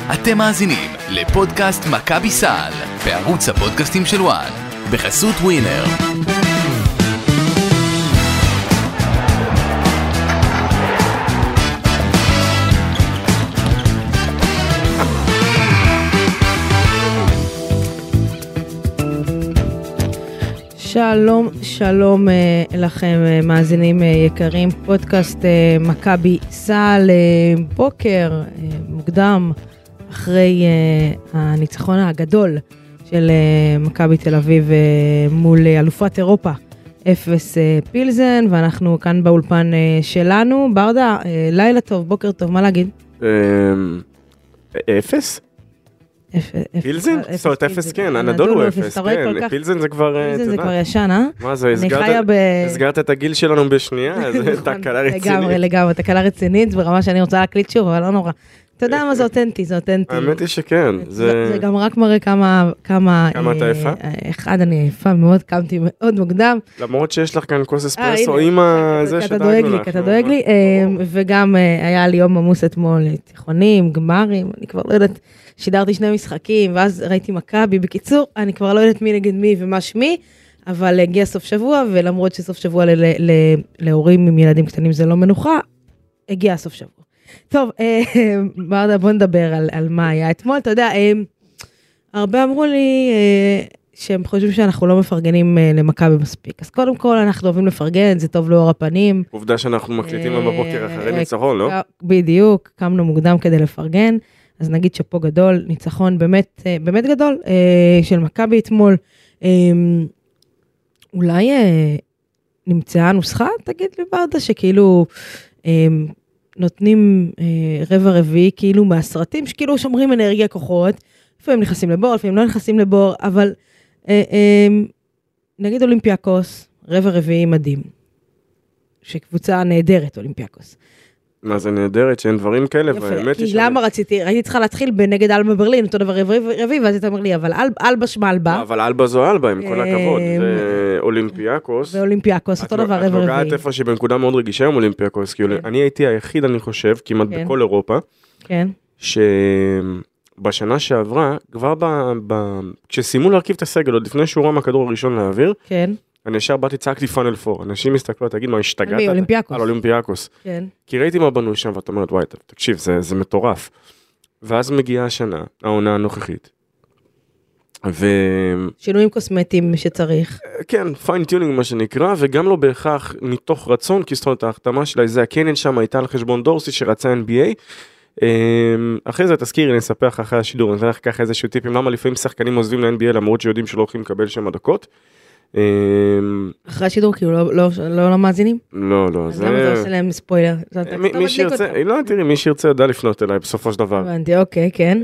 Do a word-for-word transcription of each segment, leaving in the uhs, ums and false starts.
אתם מאזינים לפודקאסט מכבי סל, בערוץ הפודקאסטים של וואן, בחסות ווינר. שלום, שלום לכם מאזינים יקרים, פודקאסט מכבי סל, בוקר מוקדם אחרי הניצחון הגדול של מכבי תל אביב מול אלופת אירופה, אפס פילזן, ואנחנו כאן באולפן שלנו. ברדה, לילה טוב, בוקר טוב, מה להגיד? אפס? פילזן? זאת אומרת, אפס כן, הנדול הוא אפס, כן, פילזן זה כבר... פילזן זה כבר ישן, אה? מה זה, הסגרת את הגיל שלנו בשנייה, זה תקלה רצינית. לגמרי, לגמרי, תקלה רצינית, ברמה שאני רוצה להקליט שוב, אבל לא נורא. אתה יודע מה זה אותנטי, זה אותנטי. האמת היא שכן. זה גם רק מראה כמה... כמה אתה יפה? אחד, אני יפה מאוד, קמתי מאוד מוקדם. למרות שיש לך כאן כוס אספרסו עם זה שדאגנו לך. אתה דואג לי, וגם היה לי יום עמוס אתמול, תיכונים, גמרים, אני כבר לא יודעת, שידרתי שני משחקים, ואז ראיתי מכבי. בקיצור, אני כבר לא יודעת מי נגד מי ומה שמי, אבל הגיע סוף שבוע, ולמרות שסוף שבוע להורים עם ילדים קטנים זה לא מנוחה, הגיע סוף שבוע. טוב, ברדה, בוא נדבר על, על מה היה אתמול. אתה יודע, הרבה אמרו לי שהם חושבים שאנחנו לא מפרגנים למכבי מספיק. אז קודם כל, אנחנו אוהבים לפרגן, זה טוב לאור הפנים. עובדה שאנחנו מקליטים בבוקר אחרי ניצחון, לא? בדיוק, קמנו מוקדם כדי לפרגן. אז נגיד שפה גדול, ניצחון באמת, באמת גדול של מכבי אתמול. אולי נמצאה נוסחה, תגיד לי ברדה, שכאילו... נותנים אה, רבע רביעי, כאילו מהסרטים, שכאילו שומרים אנרגיה כוחות, לפעמים נכנסים לבור, לפעמים לא נכנסים לבור, אבל אה, אה, נגיד אולימפיאקוס, רבע רביעי מדהים, שקבוצה נהדרת אולימפיאקוס. מה זה נהדרת, שאין דברים כאלה, יפה, כי למה רציתי, הייתי צריכה להתחיל בנגד אלבה ברלין, אותו דבר רביעי, ואז אתה אומר לי, אבל אלבה שמה אלבה. אבל אלבה זו אלבה, עם כל הכבוד, ואולימפיאקוס. ואולימפיאקוס, אותו דבר רבע רביעי. את נוגעת איפה שהיא בנקודה מאוד רגישה עם אולימפיאקוס, כי אני הייתי היחיד, אני חושב, כמעט בכל אירופה, שבשנה שעברה, כבר כשסיימו להרכיב את הסגל, עוד לפני שהוא רם הכדור הראשון להעביר, אני ישר באתי צעקתי פאנל פור, אנשים מסתכלו, תגיד מה, השתגעת? על אולימפיאקוס. על אולימפיאקוס. כן. כי ראיתי מה בנו שם, ואתה אומרת, וואי, תקשיב, זה, זה מטורף. ואז מגיעה השנה, העונה הנוכחית. ו... שינויים קוסמטיים שצריך. כן, פיין-טיונינג מה שנקרא, וגם לא בהכרח מתוך רצון, כי זאת אומרת, ההחתמה שלה, זה הקניון שם הייתה על חשבון דורסי שרצה אן בי איי. אחרי זה תזכירי, אני אספר לך אחרי השידור, אני אתן לך ככה איזשהו טיפים, למה לפעמים שחקנים עוזבים ל-אן בי איי, למרות שיודעים שלא הולכים לקבל שם הדקות. אחרי השידור, כאילו, לא למאזינים? לא, לא. אז למה אתה עושה להם ספוילר? מי שירצה, לא, תראי, מי שירצה יודע לפנות אליי בסופו של דבר. הבנתי, אוקיי, כן.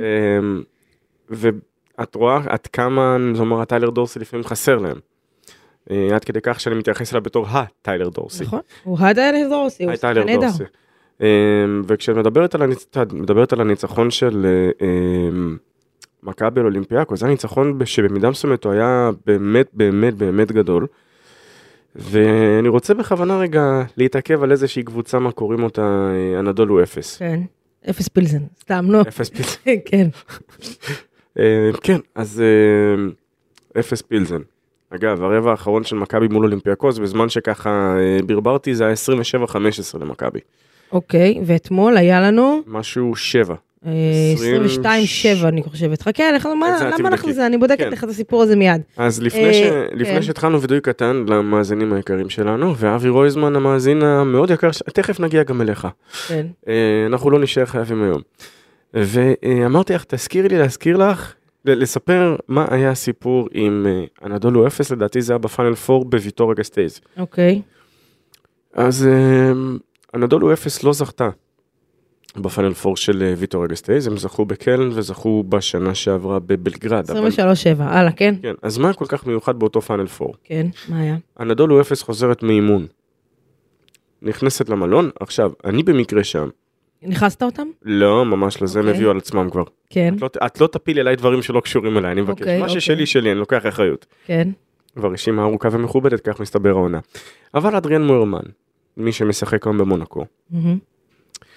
ואת רואה עד כמה, זאת אומרת, טיילר דורסי לפעמים חסר להם. עד כדי כך שאני מתייחס אליו בתור הטיילר דורסי. נכון, הוא הטיילר דורסי, הוא שחקן נהדר. וכשאת מדברת על הניצחון של... מכבי על אולימפיאקוס, זה הניצחון שבמידה מסוימת הוא היה באמת באמת באמת גדול, ואני רוצה בכוונה רגע להתעכב על איזושהי קבוצה מה קוראים אותה, הנדול הוא אפס. כן, אפס פילזן, סתם, לא. אפס פילזן. כן. כן, אז אפס פילזן. אגב, הרבע האחרון של מכבי מול אולימפיאקוס, בזמן שככה ברברתי, זה היה עשרים ושבע חמש עשרה למכבי. אוקיי, ואתמול היה לנו? משהו שבע. עשרים ושתיים שבע אני חושבת. חכה, למה אנחנו זה? אני בודקת לך את הסיפור הזה מיד. אז לפני שהתחלנו וידוי קטן למאזינים היקרים שלנו, ואבי רויזמן המאזין המאוד יקר, תכף נגיע גם אליך. אנחנו לא נשאר חייבים היום. ואמרתי לך, תזכירי לי להזכיר לך, לספר מה היה הסיפור עם הנדול הוא אפס, לדעתי זה היה בפאנל פור בוויטוריה גסטייז. אוקיי. אז הנדול הוא אפס לא זכתה. בפאנל פור של ויטוריה גסטייז, הם זכו בקלן וזכו בשנה שעברה בבלגרד. עשרים ושלוש שבע, הלאה, כן? כן, אז מה כל כך מיוחד באותו פאנל פור? כן, מה היה? הנדול הוא אפס חוזרת מאימון. נכנסת למלון, עכשיו, אני במקרה שם. נכנסת אותם? לא, ממש לא, זה הם הביאו על עצמם כבר. כן. את לא תפילי אליי דברים שלא קשורים אליי, אני מבקש. מה ששלי שלי, אני לוקח אחריות. כן. והרשימה ארוכה ומכובדת, כך מסתבר העונה. אבל אדריאן מוירמן, מי שמשחק היום במונקו,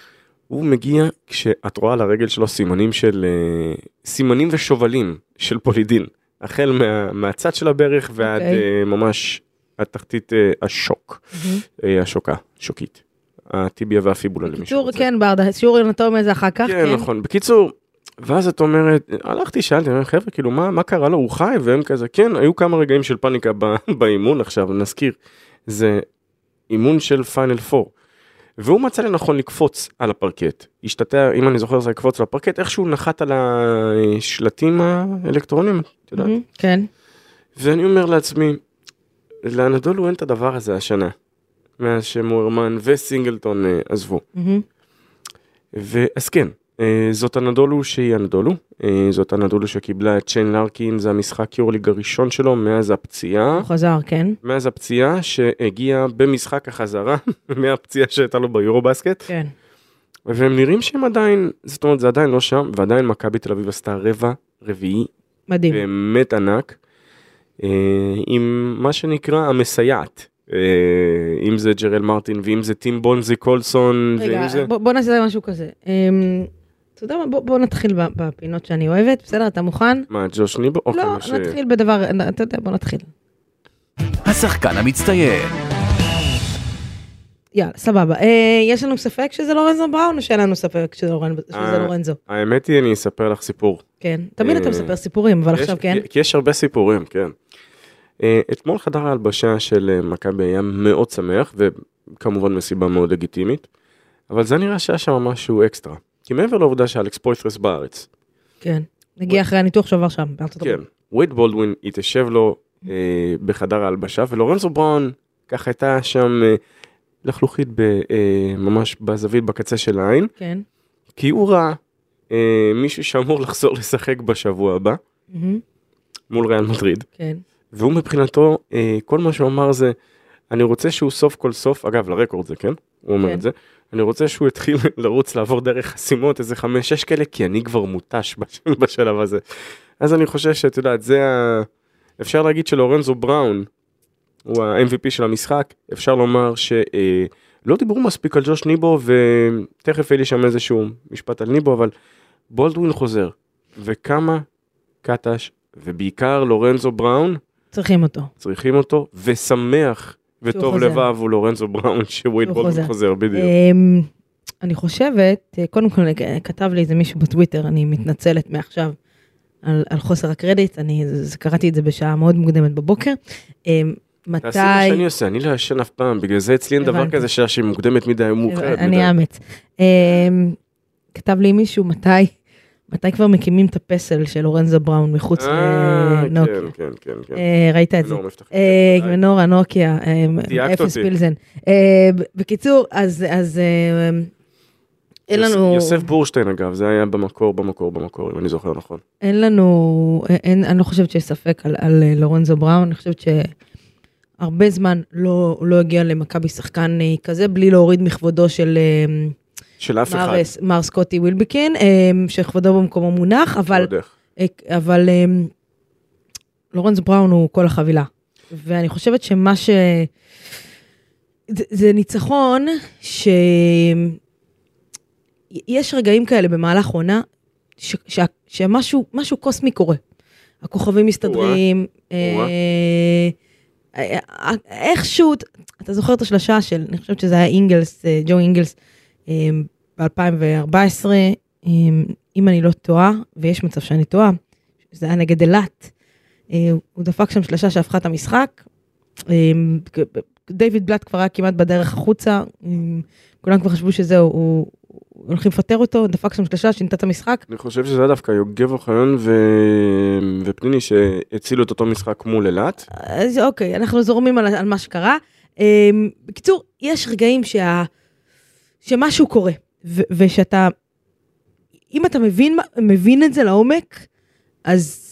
הוא מגיע כשאת רואה על הרגל שלו סימנים של, סימנים ושובלים של פולידין, החל מה, מהצד של הברך ועד okay. ממש התחתית השוק, mm-hmm. השוקה, שוקית, הטיביה והפיבולה. בקיצור, כן, ברדה, שיעור אנטומיה זה אחר כך, כן. כן, נכון. בקיצור, ואז את אומרת, הלכתי, שאלתי, חבר'ה, כאילו, מה, מה קרה לו? הוא חי? והם כזה, כן, היו כמה רגעים של פאניקה באימון, עכשיו, נזכיר, זה אימון של פיינל פור. והוא מצא לנכון לקפוץ על הפרקט. השתתע, אם אני זוכר, זה לקפוץ על הפרקט, איכשהו נחת על השלטים האלקטרונים, את יודעת? כן. ואני אומר לעצמי, לאנדולו אין את הדבר הזה השנה, מאז שמוארמן וסינגלטון עזבו. ואז כן, זאת אנדולו שהיא אנדולו, זאת אנדולו שקיבלה את צ'יין לארקין, זה המשחק יורליג הראשון שלו מאז הפציעה. הוא חזר, כן. מאז הפציעה שהגיעה במשחק החזרה, מהפציעה שהייתה לו ביורובסקט. כן. והם נראים שהם עדיין, זאת אומרת, זה עדיין לא שם, ועדיין מכבי תל אביב עשתה רבע, רביעי. מדהים. באמת ענק, עם מה שנקרא המסייעת. אם זה ג'רל מרטין, ואם זה טים בונזי קולסון, רגע, בוא נעשה משהו כזה. אתה יודע מה, בוא, בוא נתחיל בפינות שאני אוהבת, בסדר, אתה מוכן? מה, ג'וש ניבו? לא, ש... נתחיל בדבר, אתה יודע, בוא נתחיל. השחקן המצטיין. יאללה, סבבה. אה, יש לנו ספק שזה לורנזו בראון, או שאין לנו ספק שזה לורנזו? האמת היא, אני אספר לך סיפור. כן, תמיד אתה מספר סיפורים, אבל עכשיו כן. כי יש הרבה סיפורים, כן. אתמול חדר ההלבשה של מכבי היה מאוד שמח, וכמובן מסיבה מאוד לגיטימית, אבל זה נראה שהיה שם משהו אקסטרה. כי מעבר לעובדה שאלכס פויטרס בארץ. כן, נגיע אחרי הניתוח שעבר שם, בארצות הברית. כן, ווייד בולדווין התיישב לו אה, בחדר ההלבשה, ולורנזו בראון ככה הייתה שם אה, לחלוכית ב, אה, ממש בזווית בקצה של העין. כן. כי הוא ראה אה, מישהו שאמור לחזור לשחק בשבוע הבא, mm-hmm. מול ריאל מדריד. כן. והוא מבחינתו, אה, כל מה שהוא אמר זה, אני רוצה שהוא סוף כל סוף, אגב, לרקורד זה, כן? הוא אומר כן. את זה. אני רוצה שהוא יתחיל לרוץ לעבור דרך חסימות, איזה חמש, שש כאלה, כי אני כבר מוטש בשלב הזה. אז אני חושב שאת יודעת, זה ה... אפשר להגיד שלורנזו בראון, הוא ה-אם וי פי של המשחק, אפשר לומר שלא דיברו מספיק על ג'וש ניבו, ותכף יהיה לי שם איזשהו משפט על ניבו, אבל בולדווין חוזר, וכמה קטש, ובעיקר לורנזו בראון, צריכים אותו. צריכים אותו, ושמח, וטוב לבב הוא לורנזו בראון, שווייד בולדווין חוזר, בדיוק. אני חושבת, קודם כל כתב לי איזה מישהו בטוויטר, אני מתנצלת מעכשיו על, על חוסר הקרדיט, אני קראתי את זה בשעה מאוד מוקדמת בבוקר. מתי... תעשי מה שאני עושה, אני לא ישן אף פעם, בגלל זה אצלי אין דבר כזה שעה שהיא מוקדמת מדי, מאוחרת מדי. אני אאמץ. כתב לי מישהו, מתי, מתי כבר מקימים את הפסל של לורנזו בראון מחוץ לנוקיה. כן, כן, כן, כן. ראית את זה. מנור הנוקיה, אפס פילזן. בקיצור, אז... אין לנו... יוסף בורשטיין אגב, זה היה במקור, במקור, במקור, אם אני זוכר נכון. אין לנו, אין, אני לא חושבת שיש ספק על, על לורנזו בראון, אני חושבת שהרבה זמן לא, לא הגיע למכבי שחקן כזה, בלי להוריד מכבודו של... של אף אחד. מר סקוטי ווילבקין, שכבודו במקומו מונח, אבל... אבל לורנזו בראון הוא כל החבילה. ואני חושבת שמה ש... זה, זה ניצחון ש... יש רגעים כאלה במהלך עונה, ש- ש- שמשהו משהו קוסמי קורה. הכוכבים מסתדרים, איכשהו, אתה זוכר את השלשה של, אני חושבת שזה היה אינגלס, ג'ו אינגלס, ב-אלפיים וארבע עשרה, אם אני לא טועה, ויש מצב שאני טועה, זה היה נגד אלת, הוא דפק שם שלשה שהפכה את המשחק, דיוויד בלאט כבר היה כמעט בדרך החוצה, כולם כבר חשבו שזהו, הוא הולכים לפטר אותו, דפק שם שלושה, שינתה את המשחק. אני חושב שזה היה דווקא יוגב אוחיון ו... ופניני שהצילו את אותו משחק מול אלת. אז אוקיי, אנחנו זורמים על, על מה שקרה. בקיצור, יש רגעים שה... שמשהו קורה, ו... ושאתה, אם אתה מבין, מבין את זה לעומק, אז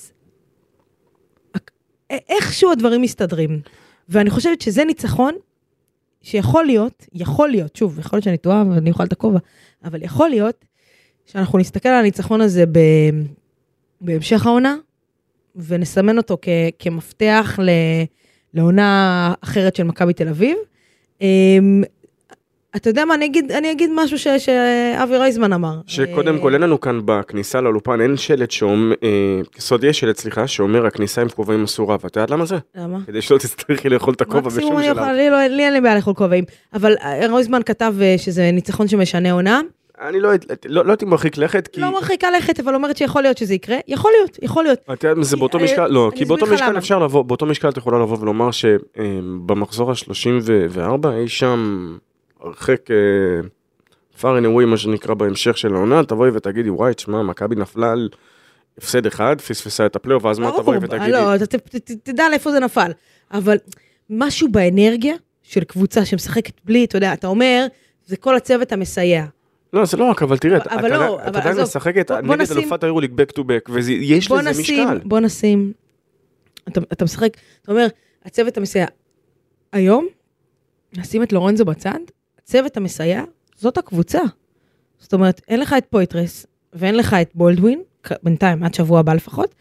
איכשהו הדברים מסתדרים. ואני חושבת שזה ניצחון, שיכול להיות, יכול להיות, שוב, יכול להיות שאני טועה, ואני אוכל את הכובע, אבל יכול להיות שאנחנו נסתכל על הניצחון הזה ב, בהמשך העונה, ונסמן אותו כ, כמפתח ל, לעונה אחרת של מכבי תל אביב. אתה יודע מה, אני אגיד, אני אגיד משהו ש, שאבי רייזמן אמר. שקודם כל, אין לנו כאן בכניסה לאולפן, אין שלט שאומר, סוד יש שלט, סליחה, שאומר, הכניסה עם כובעים אסורה, ואתה יודעת למה זה? למה? כדי שלא תצטרכי לאכול את הכובע בשום שלב. לי אין לי בעיה לאכול כובעים, אבל רייזמן כתב שזה ניצחון שמשנה עונה. אני לא הייתי מרחיק לכת, כי... לא מרחיקה לכת, אבל אומרת שיכול להיות שזה יקרה. יכול להיות, יכול להיות. אתה יודע, זה באותו משקל, לא, כי באותו משקל אפשר לבוא, באותו משקל את יכולה לבוא ולומר שבמחזור ה-שלושים וארבע, אי שם הרחק far and away, מה שנקרא בהמשך של העונה, תבואי ותגידי, וואי, תשמע, מכבי נפלה על הפסד אחד, פספסה את הפלייאוף, ואז מה תבואי ותגידי? לא, תדע לאיפה זה נפל. אבל משהו באנרגיה של קבוצה שמשחקת בלי, אתה יודע, אתה אומר, זה כל הצוות המסייע. לא, זה לא רק, אבל תראה, אתה לא, עדיין משחקת נגד אלופת היורוליג back to back, ויש לזה משקל. בוא נשים, אתה, אתה משחק, אתה אומר, הצוות המסייע, היום, נשים את לורנזו בצד, הצוות המסייע, זאת הקבוצה. זאת אומרת, אין לך את פויטרס, ואין לך את בולדווין, בינתיים, עד שבוע הבא לפחות,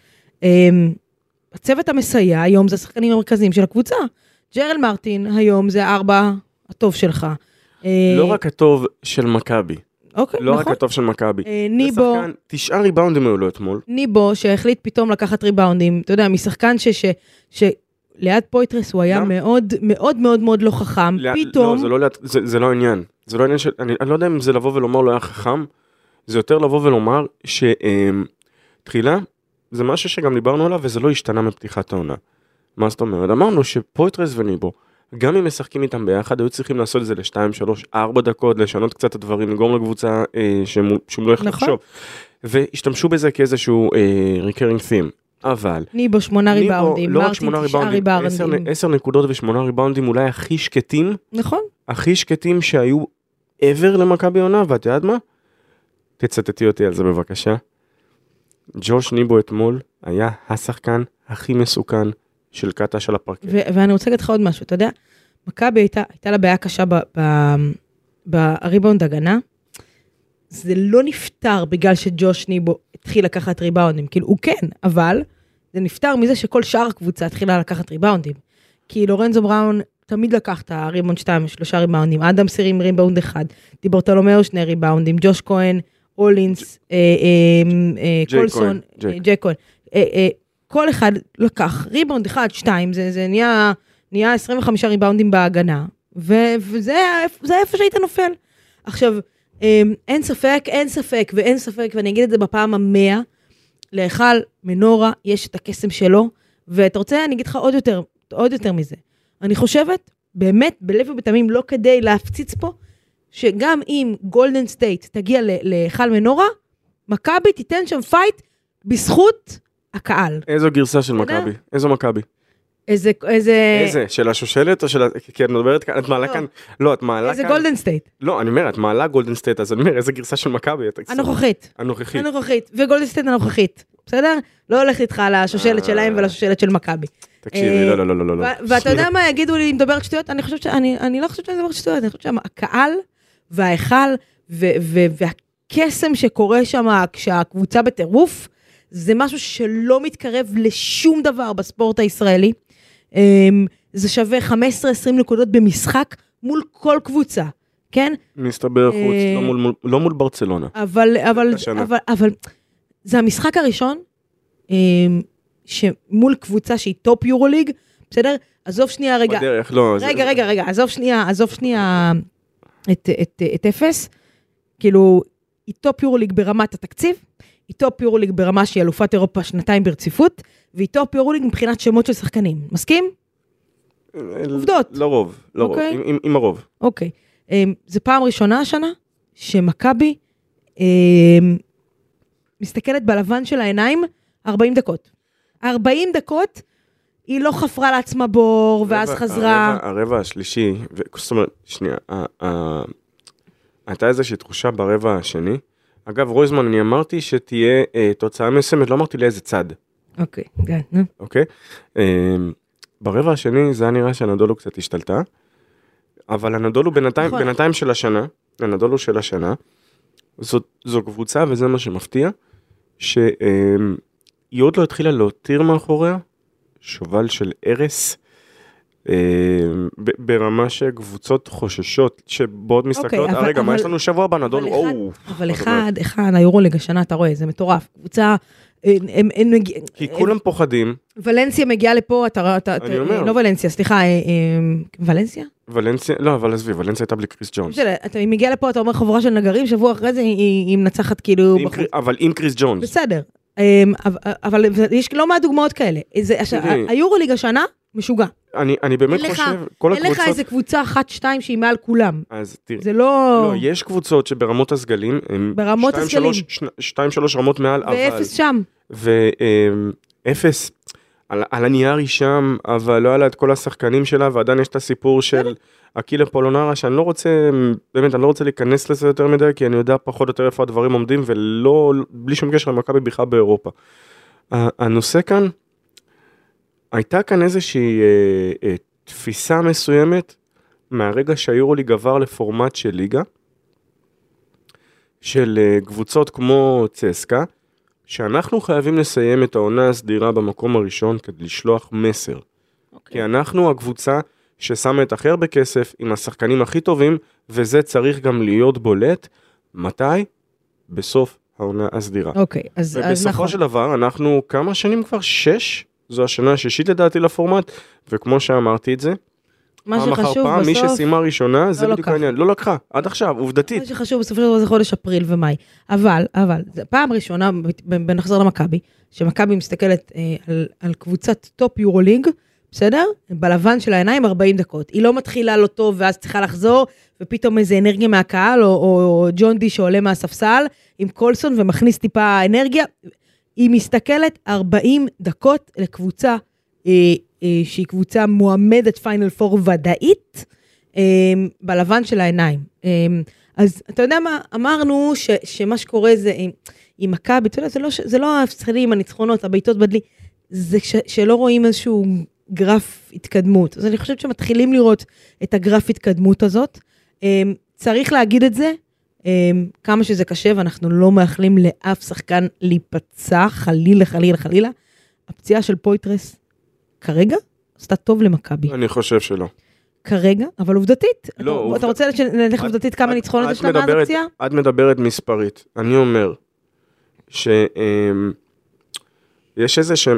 הצוות המסייע, היום זה השחקנים המרכזיים של הקבוצה. ג'רל מרטין, היום זה הארבע הטוב שלך. לא רק הטוב של מכבי. אוקיי, לא נכון. רק הטוב של מכבי. ניבו. שחקן, תשעה ריבאונדים היו לו אתמול. ניבו, שהחליט פתאום לקחת ריבאונדים. אתה יודע, משחקן ש... ש, ש ליד פויטרס הוא היה מאוד, מאוד, מאוד, מאוד לא חכם. פתאום... לא, זה לא, זה, זה לא עניין. זה לא עניין של... אני, אני לא יודע אם זה לבוא ולומר לא היה חכם. זה יותר לבוא ולומר שתחילה, זה משהו שגם דיברנו עליו, וזה לא השתנה מפתיחת העונה. מה זאת אומרת? אמרנו שפויטרס וניבו, גם אם משחקים איתם ביחד, היו צריכים לעשות את זה לשתיים, שלוש, ארבע דקות, לשנות קצת את הדברים, לגרום לקבוצה אה, שום לא איך לחשוב. והשתמשו בזה כאיזשהו אה, recurring theme. אבל... ניבו שמונה ריבאונדים, לא רק שמונה ריבאונדים, עשר נקודות ושמונה ריבאונדים, אולי הכי שקטים. נכון. הכי שקטים שהיו ever למכבי עונה, ואת יודעת מה? תצטטי אותי על זה בבקשה. ג'וש ניבו אתמול היה השחקן הכי מסוכן של קטע של הפרקט. ואני רוצה להגיד לך עוד משהו, אתה יודע, מכבי הייתה, הייתה לה בעיה קשה בריבאונד הגנה, זה לא נפטר בגלל שג'וש ניבו התחיל לקחת ריבאונדים, כאילו הוא כן, אבל זה נפטר מזה שכל שאר הקבוצה התחילה לקחת ריבאונדים, כי לורנזו בראון תמיד לקח את הריבאונד שתיים, שלושה ריבאונדים, אדם סירים ריבאונד אחד, דיברטולומיאו שני ריבאונדים, ג'וש כהן, אולינס, קולסון, ג'יי כהן, כל אחד לקח ריבאונד אחד, שתיים, זה, זה נהיה, נהיה עשרים וחמישה ריבאונדים בהגנה, ו, וזה זה איפה שהיית נופל. עכשיו, אין ספק, אין ספק, ואין ספק, ואני אגיד את זה בפעם המאה, לאחל מנורה, יש את הקסם שלו, ואתה רוצה, אני אגיד לך עוד יותר, עוד יותר מזה. אני חושבת, באמת, בלב ובתמים, לא כדי להפציץ פה, שגם אם גולדן סטייט תגיע לאחל מנורה, מכבי תיתן שם פייט בזכות הקהל. איזו גרסה של מכבי? איזו מכבי? איזה, איזה... איזה? של השושלת או של... כי את מדברת כאן, את מעלה כאן... לא, את מעלה כאן... איזה גולדן סטייט. לא, אני אומר, את מעלה גולדן סטייט, אז אני אומר, איזה גרסה של מכבי? הנוכחית. הנוכחית. הנוכחית, וגולדן סטייט הנוכחית. בסדר? לא הולך איתך על השושלת שלהם ולשושלת של מכבי. תקשיבי, לא, לא, לא, לא, לא. ואתה יודע מה, יגידו לי, מדברת שטויות, אני חושבת שאני, אני לא חושבת שאני מדברת שטויות, אני חושבת שהקהל וההיכל והקסם שקורה שם כשהקבוצה בטירוף, זה משהו שלא מתקרב לשום דבר בספורט הישראלי. זה שווה חמש עשרה עשרים נקודות במשחק מול כל קבוצה, כן? מסתבר חוץ, לא מול, לא מול ברצלונה. אבל, אבל, אבל, אבל, זה המשחק הראשון, שמול קבוצה שהיא טופ יורוליג, בסדר? עזוב שנייה רגע. בדרך, לא. רגע, רגע, רגע, עזוב שנייה, עזוב שנייה את, את, את אפס, כאילו, היא טופ יורוליג ברמת התקציב, היא טופ יורוליג ברמה שהיא אלופת אירופה שנתיים ברציפות, והיא טופ יורוליג מבחינת שמות של שחקנים. מסכים? עובדות. לא רוב, לא רוב, עם הרוב. אוקיי. זה פעם ראשונה השנה, שמכבי מסתכלת בלבן של העיניים ארבעים דקות. ארבעים דקות, היא לא חפרה לעצמה בור, ואז חזרה. הרבע השלישי, זאת אומרת, שנייה, הייתה איזושהי תחושה ברבע השני, אגב, רויזמן, אני אמרתי שתהיה אה, תוצאה מסוימת, לא אמרתי לאיזה צד. אוקיי, כן. נו. אוקיי? אה, ברבע השני זה היה נראה שהנדולו קצת השתלטה, אבל הנדולו בינתיים, נכון. בינתיים של השנה, הנדולו של השנה, זו, זו קבוצה, וזה מה שמפתיע, שהיא אה, עוד לא התחילה להותיר מאחוריה, שובל של ארס, ברמה שקבוצות חוששות, שבעוד מסתכלות, רגע, מה יש לנו שבוע הבא, נדון, אבל אחד, אחד, היורוליג השנה, אתה רואה, זה מטורף, קבוצה, כי כולם פוחדים. ולנסיה מגיעה לפה, אתה, לא ולנסיה, סליחה, ולנסיה? ולנסיה, לא, אבל עזבי, ולנסיה הייתה בלי קריס ג'ונס. אתה מגיע לפה, אתה אומר חבורה של נגרים, שבוע אחרי זה היא מנצחת כאילו... אבל עם קריס ג'ונס. בסדר, אבל יש לא מעט דוגמאות כאלה. היורוליג השנה, משוגע. אני, אני באמת חושב, כל הקבוצות... אין לך איזה קבוצה אחת, שתיים שהיא מעל כולם. אז תראה. זה לא... לא, יש קבוצות שברמות הסגלים, ברמות הסגלים. שתיים, שלוש רמות מעל, אבל... ואפס שם. ואפס, על, על הנייר היא שם, אבל לא עלה את כל השחקנים שלה, ועדיין יש את הסיפור של אקילה פולונרה, שאני לא רוצה, באמת, אני לא רוצה להיכנס לזה יותר מדי, כי אני יודע פחות או יותר איפה הדברים עומדים, ולא, בלי שום קשר למכבי בכלל באירופה. הנושא כאן, הייתה כאן איזושהי אה, אה, תפיסה מסוימת, מהרגע שהיורוליג עבר לפורמט של ליגה, של אה, קבוצות כמו צסקה, שאנחנו חייבים לסיים את העונה הסדירה במקום הראשון, כדי לשלוח מסר. Okay. כי אנחנו הקבוצה ששמה את הכי הרבה כסף, עם השחקנים הכי טובים, וזה צריך גם להיות בולט. מתי? בסוף העונה הסדירה. אוקיי, okay, אז, אז נכון. ובסופו של דבר, אנחנו כמה שנים כבר? שש? זו השנה השישית לדעתי לפורמט, וכמו שאמרתי את זה, מה שחשוב פעם, בסוף, מי שסיימה ראשונה, זה לא בדיוק העניין, לא לקחה, עד עכשיו, עובדתית. מה שחשוב בסופו של דבר זה חודש אפריל ומאי, אבל, אבל, זה פעם ראשונה, בנחזור למכבי, שמכבי מסתכלת אה, על, על קבוצת טופ יורוליג, בסדר? בלבן של העיניים ארבעים דקות, היא לא מתחילה לא טוב, ואז צריכה לחזור, ופתאום איזה אנרגיה מהקהל, או, או, או ג'ון די שעולה מהספסל, עם קולסון ומכניס טיפה אנרגיה, היא מסתכלת ארבעים דקות לקבוצה, אה, אה, שהיא קבוצה מועמדת פיינל פור ודאית, אה, בלבן של העיניים. אה, אז אתה יודע מה, אמרנו ש, שמה שקורה זה עם, עם מכבי, אתה יודע, זה לא, זה לא ההפסדים, הניצחונות, הביתות בדלי, זה ש, שלא רואים איזשהו גרף התקדמות. אז אני חושבת שמתחילים לראות את הגרף התקדמות הזאת. אה, צריך להגיד את זה, כמה שזה קשה, ואנחנו לא מאחלים לאף שחקן להיפצע, חלילה, חלילה, חלילה. הפציעה של פויטרס, כרגע, עשתה טוב למכבי. אני חושב שלא. כרגע, אבל עובדתית. לא, אתה רוצה ללכת עובדתית כמה ניצחונות יש לה מאז הפציעה? את מדברת מספרית. אני אומר, שיש איזה שם,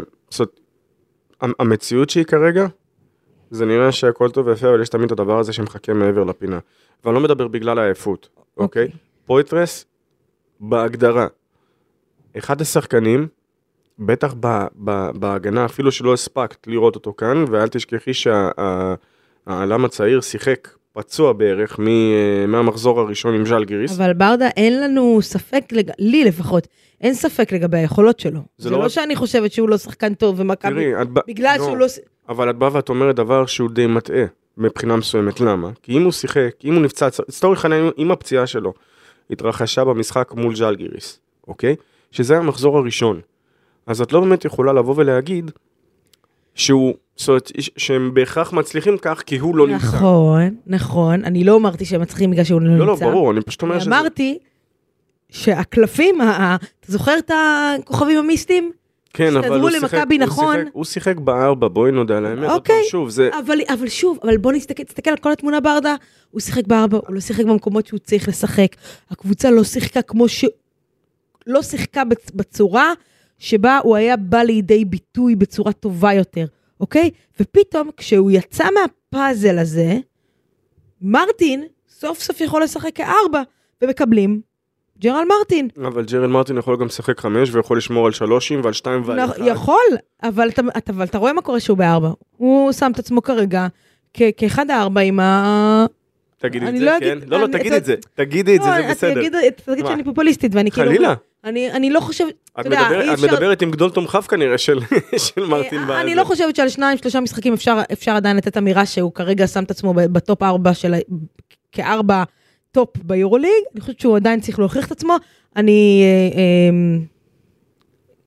המציאות שהיא כרגע, זה נראה שהכל טוב ויפה, אבל יש תמיד את הדבר הזה שמחכה מעבר לפינה. ואני לא מדבר בגלל העייפות. אוקיי? פויטרס, בהגדרה, אחד השחקנים, בטח בהגנה, אפילו שלא הספקת לראות אותו כאן, ואל תשכחי שהעלם הצעיר שיחק פצוע בערך מהמחזור הראשון עם ז'לגיריס. אבל ברדה, אין לנו ספק, לי לפחות, אין ספק לגבי היכולות שלו. זה לא שאני חושבת שהוא לא שחקן טוב ומכבי, בגלל שהוא לא... אבל את באה ואת אומרת דבר שהוא די מטעה. מבחינה מסוימת, למה? כי אם הוא שיחק, אם הוא נפצע, סטורי חנן, אם הפציעה שלו התרחשה במשחק מול ז'לגיריס, אוקיי? שזה המחזור הראשון. אז את לא באמת יכולה לבוא ולהגיד שהוא, זאת אומרת, שהם בהכרח מצליחים כך, כי הוא לא נמצא. נכון, נכון. אני לא אמרתי שהם מצליחים בגלל שהוא לא נמצא. לא, לא, ברור, אני פשוט אומר שזה... אמרתי שהקלפים, אתה זוכר את הכוכבים המיסטיים? כן, אבל הוא שיחק, נכון. הוא, שיחק, הוא שיחק בארבע, בואי נודע על האמת. אוקיי, שוב, זה... אבל, אבל שוב, אבל בוא נסתכל, תסתכל על כל התמונה ברדה, הוא שיחק בארבע, הוא לא שיחק במקומות שהוא צריך לשחק, הקבוצה לא שיחקה כמו ש... לא שיחקה בצורה שבה הוא היה בא לידי ביטוי בצורה טובה יותר, אוקיי? ופתאום כשהוא יצא מהפאזל הזה, מרטין סוף סוף יכול לשחק כארבע, ומקבלים ג'רל מרטין. אבל ג'רל מרטין יכול גם לשחק חמש, ויכול לשמור על שלושים ועל שתיים ועל אחד. יכול, אבל אתה, אבל אתה רואה מה קורה שהוא בארבע. הוא שם את עצמו כרגע כאחד הארבע עם ה... תגידי את זה, כן? לא, לא, תגידי את זה. תגידי את זה, זה בסדר. תגיד שאני פופוליסטית, ואני כאילו... חלילה. אני לא חושבת... את מדברת עם גדול תומכיו כנראה של מרטין. אני לא חושבת שעל שניים, שלושה משחקים אפשר עדיין לתת אמירה שהוא כרגע שם את עצמו בטופ ארבע של... כארבע טופ ביורוליג, אני חושבת שהוא עדיין צריך להוכיח את עצמו. אני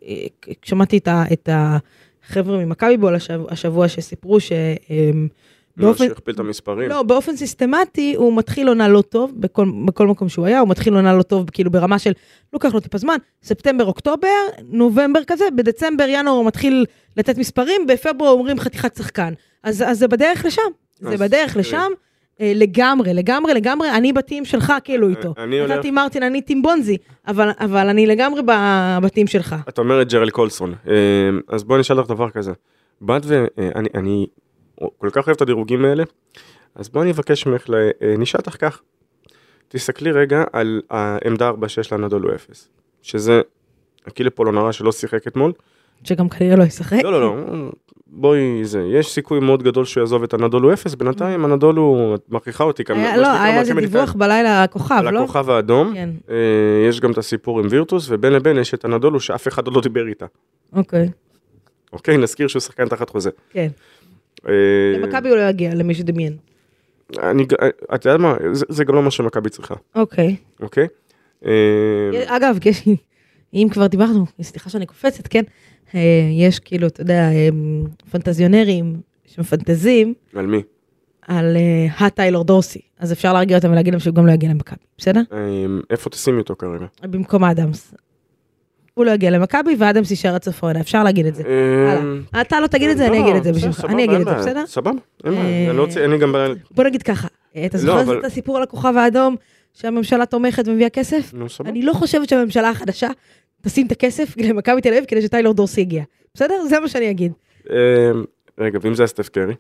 שמעתי את החבר'ה ממכבי בול השבוע שסיפרו לא, שיכפיל את המספרים. לא, באופן סיסטמטי, הוא מתחיל עונה לא טוב, בכל, בכל מקום שהוא היה, הוא מתחיל עונה לא טוב, כאילו ברמה של, לוקח לו טיפה זמן, ספטמבר, אוקטובר, נובמבר כזה, בדצמבר, ינואר הוא מתחיל לתת מספרים, בפברואר אומרים חתיכת שחקן. אז, אז זה בדרך לשם, זה בדרך לשם, לגמרי, לגמרי, לגמרי, אני בתים שלך כאילו איתו. אתה טים מרטין, אני טים בונזי, אבל, אבל אני לגמרי בבתים שלך. אתה אומר את ג'רל קולסון, אז בוא נשאל לך דבר כזה. בת ואני, אני כל כך אוהב את הדירוגים האלה, אז בוא אני אבקש ממך, נשאל אותך כך, תסתכלי רגע על העמדה ארבע שיש לאנדולו אפס, שזה הקילה פולונרה שלא שיחק אתמול. שגם כנראה לא ישחק. לא, לא, לא, בואי זה, יש סיכוי מאוד גדול שהוא יעזוב את אנדולו אפס, בינתיים אנדולו, את מכריחה אותי כאן. לא, היה איזה דיווח בלילה הכוכב, לא? על הכוכב האדום, יש גם את הסיפור עם וירטוס, ובין לבין יש את אנדולו שאף אחד לא דיבר איתה. אוקיי. אוקיי, נזכיר שהוא שחקן תחת חוזה. כן. למכבי הוא לא יגיע, למי שדמיין. אני, את יודעת מה, זה גם לא מה שמכבי צריכה. אוקיי. אוקיי? אגב, אם כבר דיברנו, סליחה שאני קופצת, כן? יש כאילו, אתה יודע, פנטזיונרים שמפנטזים. על מי? על הטיילור דורסי. אז אפשר להרגיע אותם ולהגיד להם שהוא גם לא יגיע למכבי, בסדר? איפה תשימי אותו כרגע? במקום אדמס. הוא לא יגיע למכבי, ואדמס יישאר עד סוף העונה, אפשר להגיד את זה. אתה לא תגיד את זה, אני אגיד את זה בשבילך. אני אגיד את זה, בסדר? סבבה, אני גם... בוא נגיד ככה, אתה זוכר את הסיפור על הכוכב האדום, שהממשלה תומכת ומביאה כסף? אני לא חושבת שהממשלה החדשה תשים את הכסף למכבי תל אביב, כדי שטיילור דורסי יגיע. בסדר? זה מה שאני אגיד. רגע, ואם זה סטף קרי?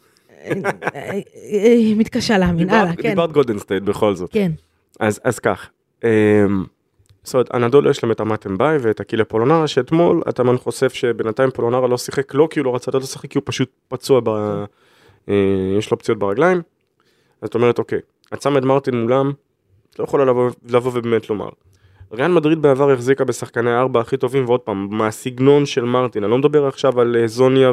מתקשה להאמין, הלאה, כן. דיברת גולדן סטייט בכל זאת. כן. אז כך, זאת אומרת, אנדולו יש להם את המטמבאי ואת הקילה פולונרה, שאתמול התאמן חושף שבינתיים פולונרה לא שיחק, לא כי הוא לא רצה לא לשחק, כי הוא פשוט פצוע, יש לו פציעות ברגליים. זאת אומרת, אוקיי, הצמד מרטין מולם, לא יכולה לבוא ובאמת לומר. ריאל מדריד בעבר החזיקה בשחקני הארבע הכי טובים, ועוד פעם, מהסגנון של מרטין, אני לא מדבר עכשיו על זוניה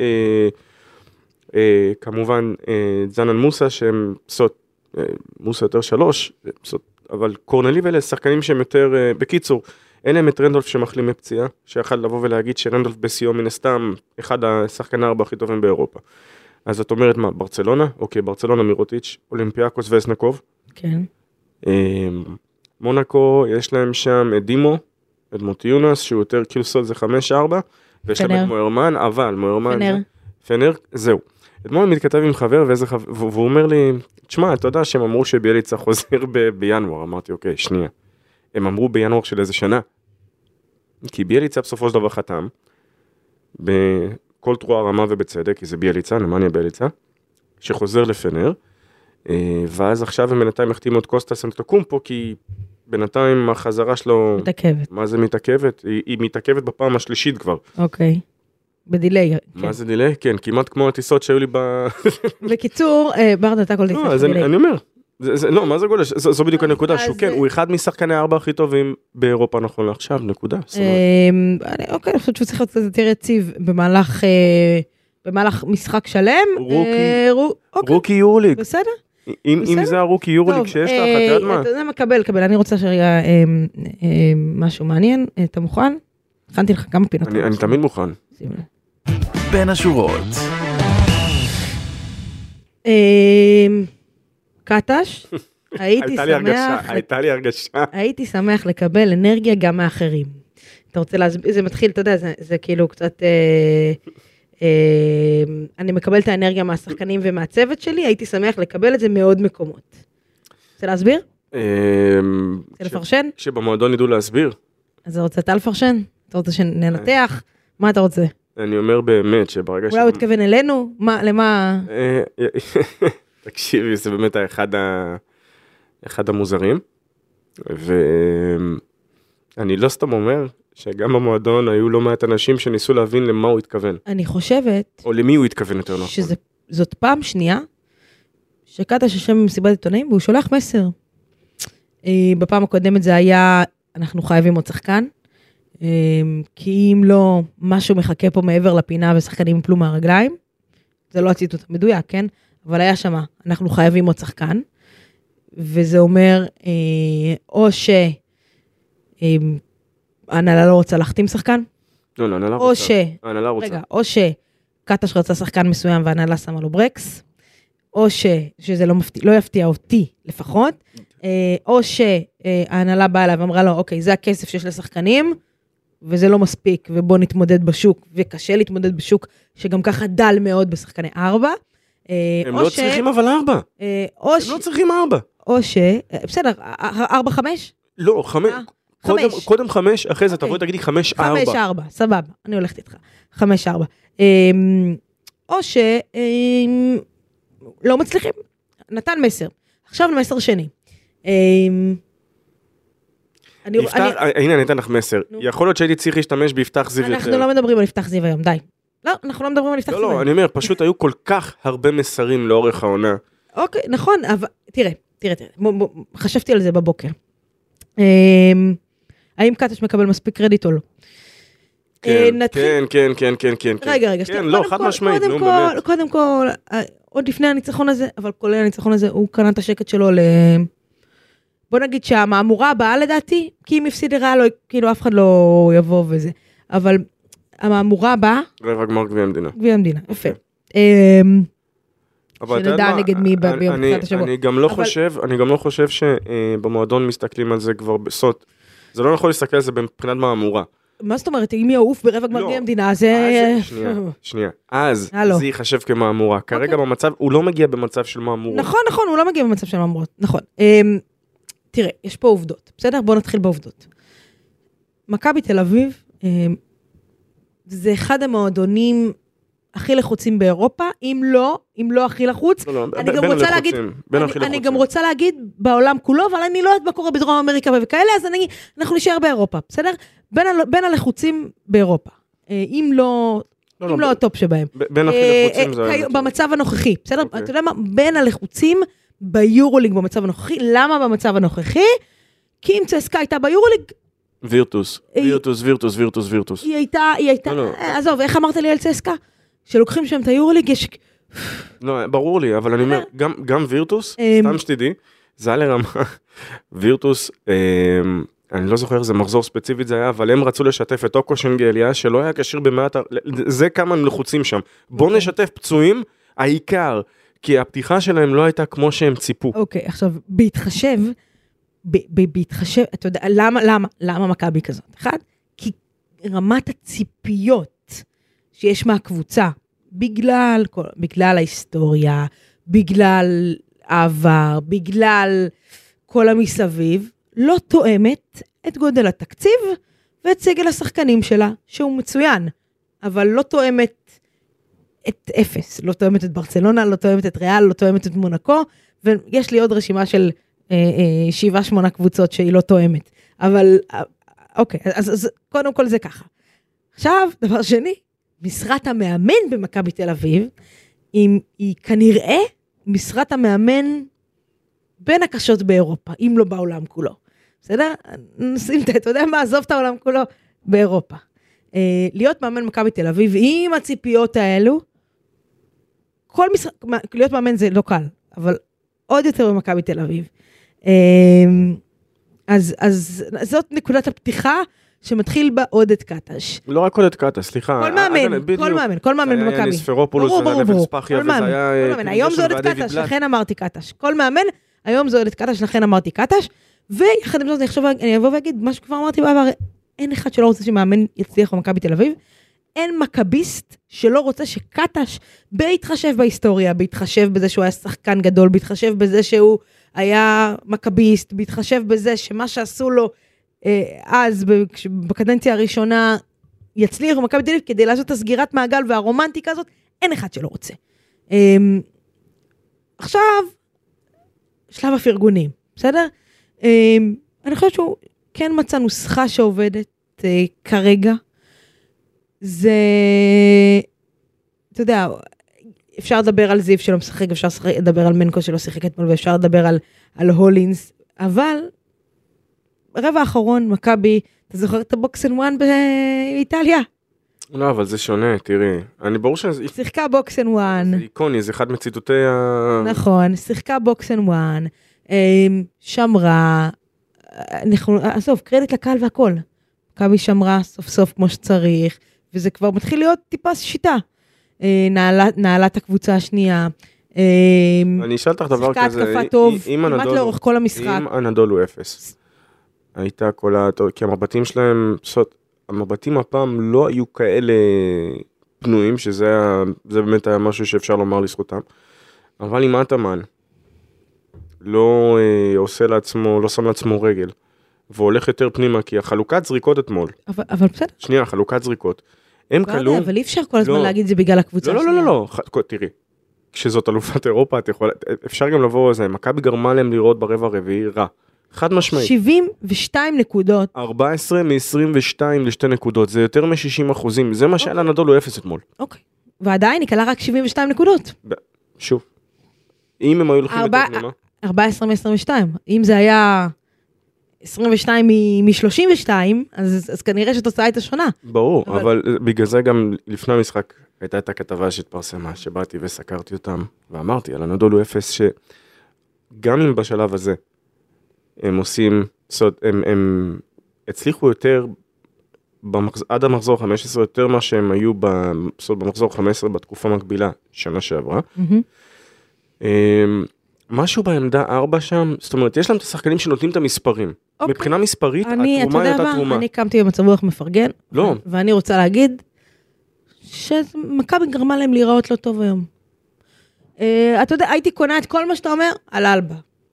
וכמובן זנן מוסה, שהם פסות, מוסה יותר שלוש, פסות, אבל קורנלי ואלה שחקנים שהם יותר, בקיצור, אין להם את רנדולף שמחלים מפציעה, שיכל לבוא ולהגיד שרנדולף בסיום מן הסתם, אחד השחקני הארבע הכי טובים באירופה. אז את אומרת מה, ברצלונה? אוקיי, ברצלונה מירוטיץ', אולימפיאקוס וסנקוב. כן. מונקו, יש להם שם את דימו, את מוטיונס, שהוא יותר כאילו סוד זה חמש ארבע, ויש להם את מוירמן, אבל מוירמן... פנר. פנר, זהו. אתמול אני מתכתב עם חבר, ואיזה חבר, והוא אומר לי, תשמע, אתה יודע שהם אמרו שביאליצה חוזר ב- בינואר, אמרתי, אוקיי, שנייה. הם אמרו בינואר של איזה שנה. כי ביאליצה בסופו של דבר חתם, בכל תרועה רמה ובצדק, כי זה ביאליצה, נמניה ביאליצה, שחוזר לפנר, ואז עכשיו הם בינתיים החתימו את קוסטס אנטוקומפו, כי בינתיים החזרה שלו... מתעכבת. מה זה מתעכבת? היא, היא מתעכבת בפעם השלישית כבר. אוקיי. בדילי. מה כן. זה דילי? כן, כמעט כמו הטיסות שהיו לי ב... בקיצור, ברדה, אתה כל טיסה. לא, אז אני, אני אומר, זה, זה, לא, מה זה גולש? זו, זו בדיוק הנקודה, שהוא כן, הוא אחד משחקני הארבע הכי טובים באירופה נכון לעכשיו, נקודה. אוקיי, אני חושבת שהוא צריך להיות יותר יציב במהלך... במהלך משחק שלם. רוקי יורוליג. בסדר. אם זה הרוקי יורוליג שיש לך, אתה יודע מה? אתה יודע מה, קבל, קבל. אני רוצה שרגע משהו מעניין. אתה מוכן? הכנתי לך כמה פינות. אני תמיד מוכן. בין השורות. קטש, הייתי שמח... הייתה לי הרגשה. הייתי שמח לקבל אנרגיה גם מאחרים. אתה רוצה להסביר, זה מתחיל, אתה יודע, זה כאילו קצת... אני מקבל את האנרגיה מהשחקנים ומהצוות שלי, הייתי שמח לקבל את זה מעוד מקומות. רוצה להסביר? רוצה לפרשן? כשבמועדון ידעו להסביר. אז אתה רוצה אתה לפרשן? אתה רוצה שננתח? מה אתה רוצה? אני אומר באמת שברגע ש... אולי הוא התכוון אלינו? למה? תקשיבי, זה באמת אחד המוזרים. ואני לא סתם אומר... שגם במועדון היו לא מעט אנשים שניסו להבין למה הוא התכוון. אני חושבת... או למי הוא התכוון יותר נכון. שזאת פעם שנייה, שקטש יושב במסיבת עיתונאים, והוא שולח מסר. בפעם הקודמת זה היה, אנחנו חייבים עוד שחקן, כי אם לא, משהו מחכה פה מעבר לפינה, ושחקנים יפלו מהרגליים. זה לא הציטוט המדויק, כן? אבל היה שמה, אנחנו חייבים עוד שחקן, וזה אומר, או ש... ההנהלה לא רוצה להחתים שחקן? לא, לא, ההנהלה רוצה. ההנהלה רוצה. רגע, או שקטש רצה שחקן מסוים וההנהלה שמה לו ברקס, או ש, שזה לא, מפתיע, לא יפתיע אותי לפחות, או שההנהלה באה אליו ואמרה לו, אוקיי, זה הכסף שיש לשחקנים, וזה לא מספיק, ובוא נתמודד בשוק, וקשה להתמודד בשוק, שגם ככה דל מאוד בשחקני ארבע. הם לא צריכים אבל ארבע. הם לא צריכים ארבע. או ש... בסדר, ארבע, חמש? לא, חמש. קודם חמש, אחרי זה תבואי תגידי חמש, ארבע. חמש, ארבע, סבבה, אני הולכת איתך. חמש, ארבע. או ש... לא מצליחים. נתן מסר. עכשיו מסר שני. הנה, אני אתן לך מסר. יכול להיות שהייתי צריך להשתמש ביפתח זיו יותר. אנחנו לא מדברים על יפתח זיו היום, די. לא, אנחנו לא מדברים על יפתח זיו. לא, לא, אני אומר, פשוט היו כל כך הרבה מסרים לאורך העונה. אוקיי, נכון, אבל תראה, תראה, תראה, חשבתי על זה בבוקר. האם קטש מקבל מספיק קרדיט או לא? כן, כן, כן, כן, כן, כן. רגע, רגע, כן, לא, חד משמעית, נו, באמת. קודם כל, עוד לפני הניצחון הזה, אבל כולל הניצחון הזה, הוא קנה את השקט שלו ל... בוא נגיד שהמאמורה הבאה לדעתי, כי אם הפסיד לרעה, כאילו אף אחד לא יבוא וזה. אבל המאמורה הבאה... רבע גמר גביע המדינה. גביע המדינה, יפה. שנדע נגד מי ביום קצת השבוע. אני גם לא חושב, אני גם לא חושב שבמועדון מסתכלים על זה כבר בסוד. זה לא נכון להסתכל על זה מבחינת מאמורה. מה זאת אומרת, אם יעוף ברבע גמר גביע המדינה, זה... שנייה, שנייה. אז זה ייחשב כמאמורה. כרגע במצב, הוא לא מגיע במצב של מאמורה. נכון, נכון, הוא לא מגיע במצב של מאמורות. נכון. תראה, יש פה עובדות. בסדר? בואו נתחיל בעובדות. מכבי תל אביב, זה אחד המועדונים הכי לחוצים באירופה, אם לא, אם לא הכי לחוץ. לא, לא, אני גם רוצה להגיד, אני, אני גם רוצה להגיד בעולם כולו, אבל אני לא יודעת מה קורה בדרום אמריקה וכאלה, אז אני, אנחנו נשאר באירופה, בסדר? בין, בין הלחוצים באירופה. אם לא, לא, אם לא, לא הטופ שבהם. בין הכי לחוצים זה... במצב הנוכחי, בסדר? Okay. אתה יודע מה? בין הלחוצים ביורוליג במצב הנוכחי. למה במצב הנוכחי? כי אם צסקה הייתה ביורוליג... וירטוס, וירטוס, וירטוס, וירטוס, וירטוס. היא הייתה, היא הייתה... לא, לא. עזוב, איך אמרת לי על צסקה? שלוקחים שם את היורוליג, יש... לא, ברור לי, אבל אני אומר, גם, גם וירטוס, סתם שתדעי, זה היה לרמה, וירטוס, אני לא זוכר איזה מחזור ספציפית זה היה, אבל הם רצו לשתף את אוקו שנגליה, שלא היה קשיר במעט, זה כמה הם לחוצים שם. בואו נשתף פצועים, העיקר, כי הפתיחה שלהם לא הייתה כמו שהם ציפו. אוקיי, עכשיו, בהתחשב, בהתחשב, אתה יודע, למה, למה, למה מכבי כזאת? אחד, כי רמת הציפיות שיש מהקבוצה, בגלל, בגלל ההיסטוריה, בגלל העבר, בגלל כל המסביב, לא תואמת את גודל התקציב ואת סגל השחקנים שלה, שהוא מצוין, אבל לא תואמת את אפס, לא תואמת את ברצלונה, לא תואמת את ריאל, לא תואמת את מונקו, ויש לי עוד רשימה של אה, אה, שבעה, שמונה קבוצות שהיא לא תואמת. אבל, אה, אוקיי, אז, אז קודם כל זה ככה. עכשיו, דבר שני, משרת המאמן במכבי תל אביב, היא, היא כנראה משרת המאמן בין הקשות באירופה, אם לא בעולם כולו. בסדר? נשים, אתה יודע מה, עזוב את העולם כולו באירופה. אה, להיות מאמן מכבי תל אביב, עם הציפיות האלו, כל משרה, להיות מאמן זה לא קל, אבל עוד יותר במכבי תל אביב. אז, אז זאת נקודת הפתיחה, שמתחיל בה עודד קטש. לא רק עודד קטש, סליחה. כל מאמן, כל מאמן, כל מאמן במכבי. זה היה ניספרופולוס, זה היה נבל ספחיה, וזה היה... היום זה עודד קטש, לכן אמרתי קטש. כל מאמן, היום זה עודד קטש, לכן אמרתי קטש, ויחד עם זאת, אני אבוא ואגיד, מה שכבר אמרתי בעבר, אין אחד שלא רוצה שמאמן יצליח במכבי תל אביב, אין מכביסט שלא רוצה שקטש, בהתחשב בהיסטוריה, בהתחשב בזה שהוא היה שחקן גדול, בהתחשב בזה שהוא היה מכביסט, בהתחשב בזה שמה שעשו לו אה, אז, בקדנציה הראשונה, יצליח במכבי תל אביב, כדי לעשות את הסגירת מעגל והרומנטיקה הזאת, אין אחד שלא רוצה. אה, עכשיו, שלב הפרגונים, בסדר? אה, אני חושבת שהוא כן מצא נוסחה שעובדת אה, כרגע, זה, אתה יודע, אפשר לדבר על זיו שלא משחק, אפשר לדבר על מנקו שלא שיחק אתמול, ואפשר לדבר על, על הולינס, אבל ברבע האחרון, מכבי, אתה זוכר את הבוקס אנד וואן באיטליה? לא, אבל זה שונה, תראי. אני ברור שזה... שיחקה בוקס אנד וואן. זה איקוני, זה אחד מציטוטי ה... נכון, שיחקה בוקס אנד וואן, שמרה, עזוב, קרדיט לקהל והכל. מכבי שמרה סוף סוף כמו שצריך, וזה כבר מתחיל להיות טיפה שיטה. נעלת, נעלת הקבוצה השנייה, אני אשאל אותך דבר כזה, התקפה טוב, כמעט לאורך כל המשחק. אם הנדול הוא אפס, הייתה כל ה... כי המבטים שלהם, המבטים הפעם לא היו כאלה פנויים, שזה באמת היה משהו שאפשר לומר לזכותם, אבל אם אטאמן לא עושה לעצמו, לא שם לעצמו רגל, והולך יותר פנימה, כי החלוקת זריקות אתמול. אבל, אבל בסדר. שנייה, חלוקת זריקות. הם קלו... אבל אי אפשר כל הזמן להגיד זה בגלל הקבוצה השנייה. לא, לא, לא, לא, תראי. כשזאת אלופת אירופה, אפשר גם לבוא לזה, מכבי גרמה להם לראות ברבע הרביעי רע. חד משמעית. שבעים ושתיים נקודות. ארבע עשרה מ-עשרים ושתיים לשתי נקודות, זה יותר מ-שישים אחוזים, זה מה שהיה לנדול הוא אפס אתמול. אוקיי. ועדיין היא קלה רק שבעים ושתיים נקודות. שוב. אם הם היו הולכים יותר פנימה. ארבע עשרה מ-עשרים ושתיים. אם זה היה עשרים ושתיים מ-שלושים ושתיים, אז, אז כנראה שתוצאה הייתה שונה. ברור, אבל... אבל בגלל זה גם לפני המשחק הייתה את הכתבה שהתפרסמה, שבאתי וסקרתי אותם, ואמרתי על הנדול הוא אפס, שגם אם בשלב הזה הם עושים, הם, הם הצליחו יותר, במחז... עד המחזור חמש עשרה, יותר מה שהם היו במחזור חמש עשרה בתקופה מקבילה, שנה שעברה. Mm-hmm. משהו בעמדה ארבע שם, זאת אומרת, יש להם את השחקנים שנותנים את המספרים. Okay. מבחינה מספרית, אני, התרומה היא אותה תרומה. אני קמתי במצב רוח מפרגן, לא. ואני רוצה להגיד, שמכבי גרמה להם להיראות לא טוב היום. Uh, אתה יודע, הייתי קונה את כל מה שאתה אומר על אלבה.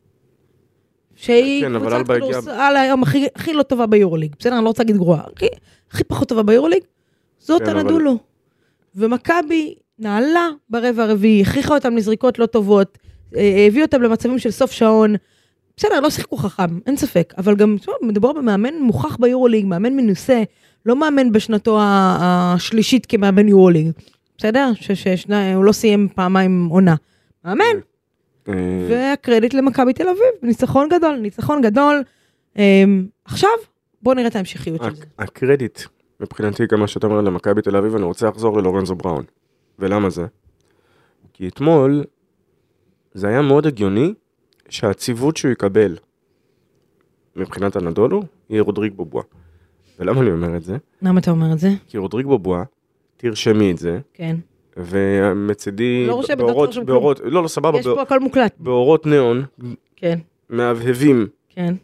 שהיא כן, קבוצת כדורסל היום הכי, הכי לא טובה ביורוליג. בסדר, אני לא רוצה להגיד גרועה. הכי, הכי פחות טובה ביורוליג, זאת כן, הנדולו. אבל... ומכבי נעלה ברבע הרביעי, הכריחה אותם לזריקות לא טובות, הביא אותם למצבים של סוף שעון, בסדר, לא שיחקו חכם, אין ספק, אבל גם מדובר במאמן מוכח ביורוליג, מאמן מנוסה, לא מאמן בשנתו השלישית כמאמן יורוליג, בסדר? שהוא לא סיים פעמיים עונה. מאמן. והקרדיט למכבי תל אביב, ניצחון גדול, ניצחון גדול. עכשיו, בואו נראה את ההמשכיות של זה. הקרדיט, מבחינתי, כמה שאתה אומר למכבי תל אביב, אני רוצה לחזור ללורנזו בראון. ולמה זה? כי אתמול, זה היה מאוד הגיוני שהציוות שהוא יקבל מבחינת הנדולו יהיה רודריג בובואה. ולמה אני אומר את זה? למה אתה אומר את זה? כי רודריג בובואה, תרשמי את זה. כן. ומצידי... לא רושם בדוקטור שום כלום. לא, לא, סבבה. יש פה הכל מוקלט. באורות ניאון. כן. מהבהבים. כן.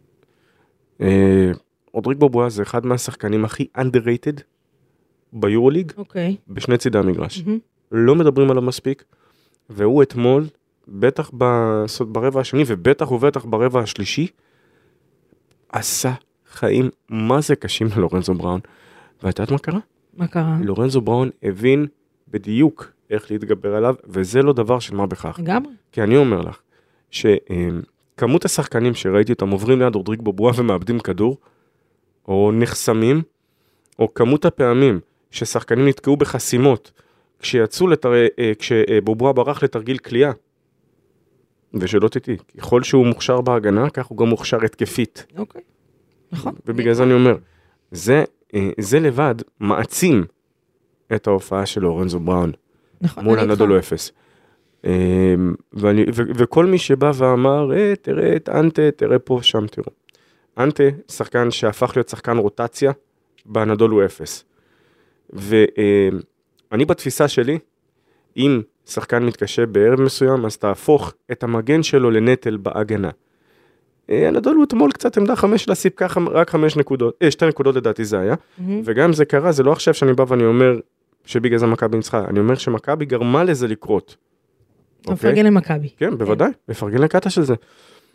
רודריג בובואה זה אחד מהשחקנים הכי underrated ביורוליג. אוקיי. בשני צידי המגרש. לא מדברים עליו מספיק. והוא אתמול... בטח ברבע השני, ובטח ובטח ברבע השלישי, עשה חיים מה זה קשים ללורנזו בראון. ואת יודעת מה קרה? מה קרה? לורנזו בראון הבין בדיוק איך להתגבר עליו, וזה לא דבר של מה בכך. לגמרי. כי אני אומר לך, שכמות השחקנים שראיתי אותם עוברים ליד רודריג בובואה ומאבדים כדור, או נחסמים, או כמות הפעמים ששחקנים נתקעו בחסימות, כשיצאו לתר... כשבובואה ברח לתרגיל קליעה, ושלא תיתי, ככל שהוא מוכשר בהגנה, כך הוא גם מוכשר התקפית. אוקיי, נכון. ובגלל זה אני אומר, זה, זה לבד מעצים את ההופעה של לורנזו בראון. נכון, מול הנדול הוא אפס. ואני, ו, וכל מי שבא ואמר, אה, תראה את אנטה, תראה פה, שם, תראו. אנטה, שחקן שהפך להיות שחקן רוטציה, בנדול הוא אפס. ואני בתפיסה שלי, אם שחקן מתקשה בערב מסוים, אז תהפוך את המגן שלו לנטל בהגנה. הנדול הוא אתמול קצת עמדה חמש לסיפ ככה, רק חמש נקודות, אה, שתי נקודות לדעתי זה היה, mm-hmm. וגם זה קרה, זה לא עכשיו שאני בא ואני אומר, שבגלל זה מכבי ניצחה, אני אומר שמכבי גרמה לזה לקרות. מפרגן למכבי. כן, בוודאי, מפרגן לקטע של זה.